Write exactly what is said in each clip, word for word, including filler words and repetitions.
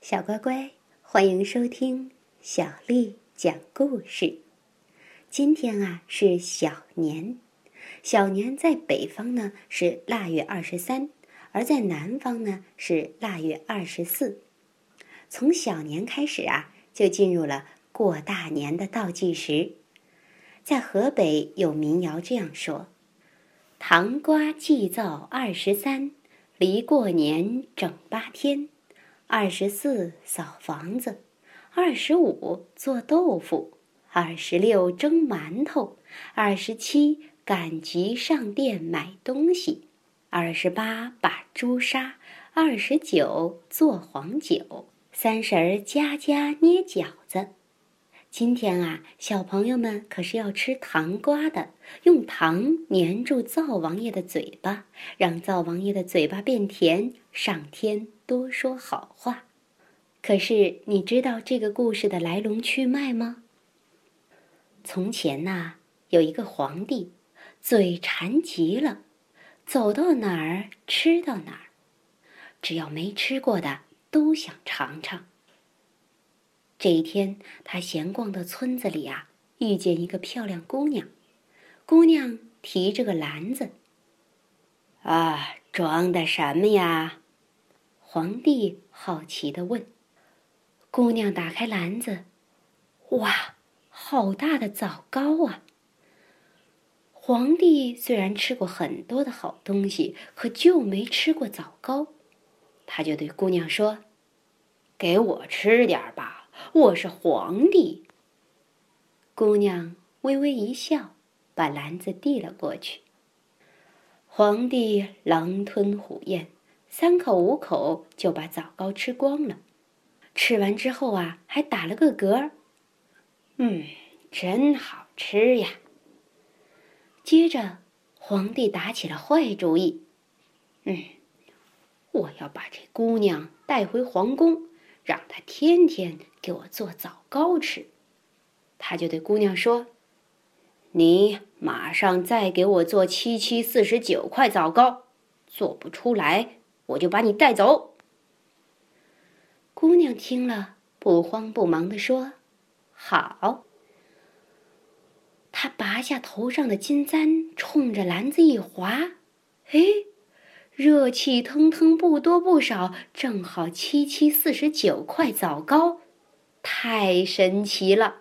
小乖乖，欢迎收听小丽讲故事。今天啊是小年，小年在北方呢是腊月二十三，而在南方呢是腊月二十四。从小年开始啊，就进入了过大年的倒计时。在河北有民谣这样说：糖瓜祭灶二十三，离过年整八天。二十四扫房子，二十五做豆腐，二十六蒸馒头，二十七赶集上店买东西，二十八把猪杀，二十九做黄酒，三十儿家家捏饺子。今天啊，小朋友们可是要吃糖瓜的，用糖粘住灶王爷的嘴巴，让灶王爷的嘴巴变甜，上天多说好话。可是你知道这个故事的来龙去脉吗？从前呐，有一个皇帝，嘴馋极了，走到哪儿吃到哪儿，只要没吃过的都想尝尝。这一天，他闲逛到村子里啊，遇见一个漂亮姑娘。姑娘提着个篮子。啊，装的什么呀？皇帝好奇地问。姑娘打开篮子，哇，好大的枣糕啊！皇帝虽然吃过很多的好东西，可就没吃过枣糕。他就对姑娘说：给我吃点吧，我是皇帝。姑娘微微一笑，把篮子递了过去。皇帝狼吞虎咽，三口五口就把枣糕吃光了。吃完之后啊，还打了个嗝。嗯，真好吃呀。接着，皇帝打起了坏主意。嗯，我要把这姑娘带回皇宫，让她天天给我做枣糕吃。他就对姑娘说：你马上再给我做七七四十九块枣糕，做不出来我就把你带走。姑娘听了，不慌不忙地说：好。她拔下头上的金簪，冲着篮子一划，哎，热气腾腾，不多不少，正好七七四十九块枣糕，太神奇了。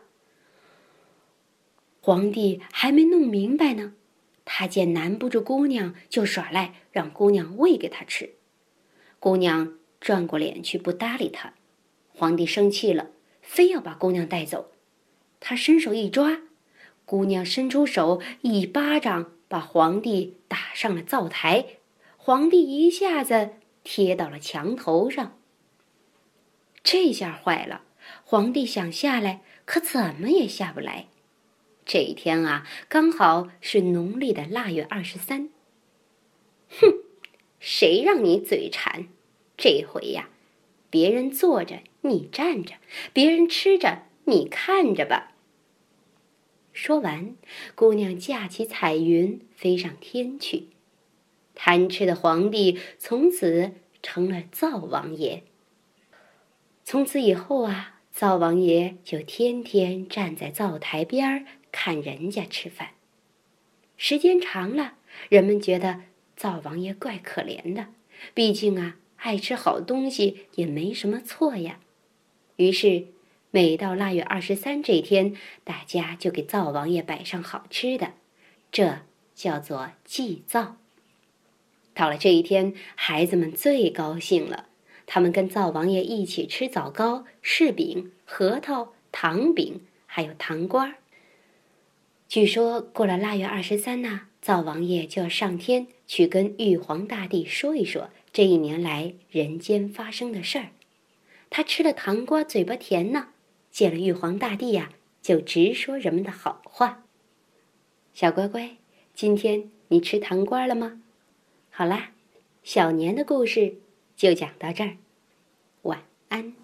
皇帝还没弄明白呢，他见难不住姑娘，就耍赖，让姑娘喂给他吃。姑娘转过脸去不搭理他。皇帝生气了，非要把姑娘带走。他伸手一抓，姑娘伸出手，一巴掌把皇帝打上了灶台。皇帝一下子贴到了墙头上。这下坏了，皇帝想下来，可怎么也下不来。这一天啊，刚好是农历的腊月二十三。哼，谁让你嘴馋？这回呀，别人坐着你站着，别人吃着你看着吧。说完，姑娘架起彩云飞上天去。贪吃的皇帝从此成了灶王爷。从此以后啊，灶王爷就天天站在灶台边看人家吃饭。时间长了，人们觉得灶王爷怪可怜的，毕竟啊，爱吃好东西也没什么错呀。于是每到腊月二十三这天，大家就给灶王爷摆上好吃的，这叫做祭灶。到了这一天，孩子们最高兴了，他们跟灶王爷一起吃枣糕、柿饼、核桃、糖饼，还有糖瓜。据说过了腊月二十三呢，灶王爷就要上天去跟玉皇大帝说一说这一年来人间发生的事儿。他吃了糖瓜，嘴巴甜呢，见了玉皇大帝呀、啊，就直说人们的好话。小乖乖，今天你吃糖瓜了吗？好啦，小年的故事就讲到这儿，晚安。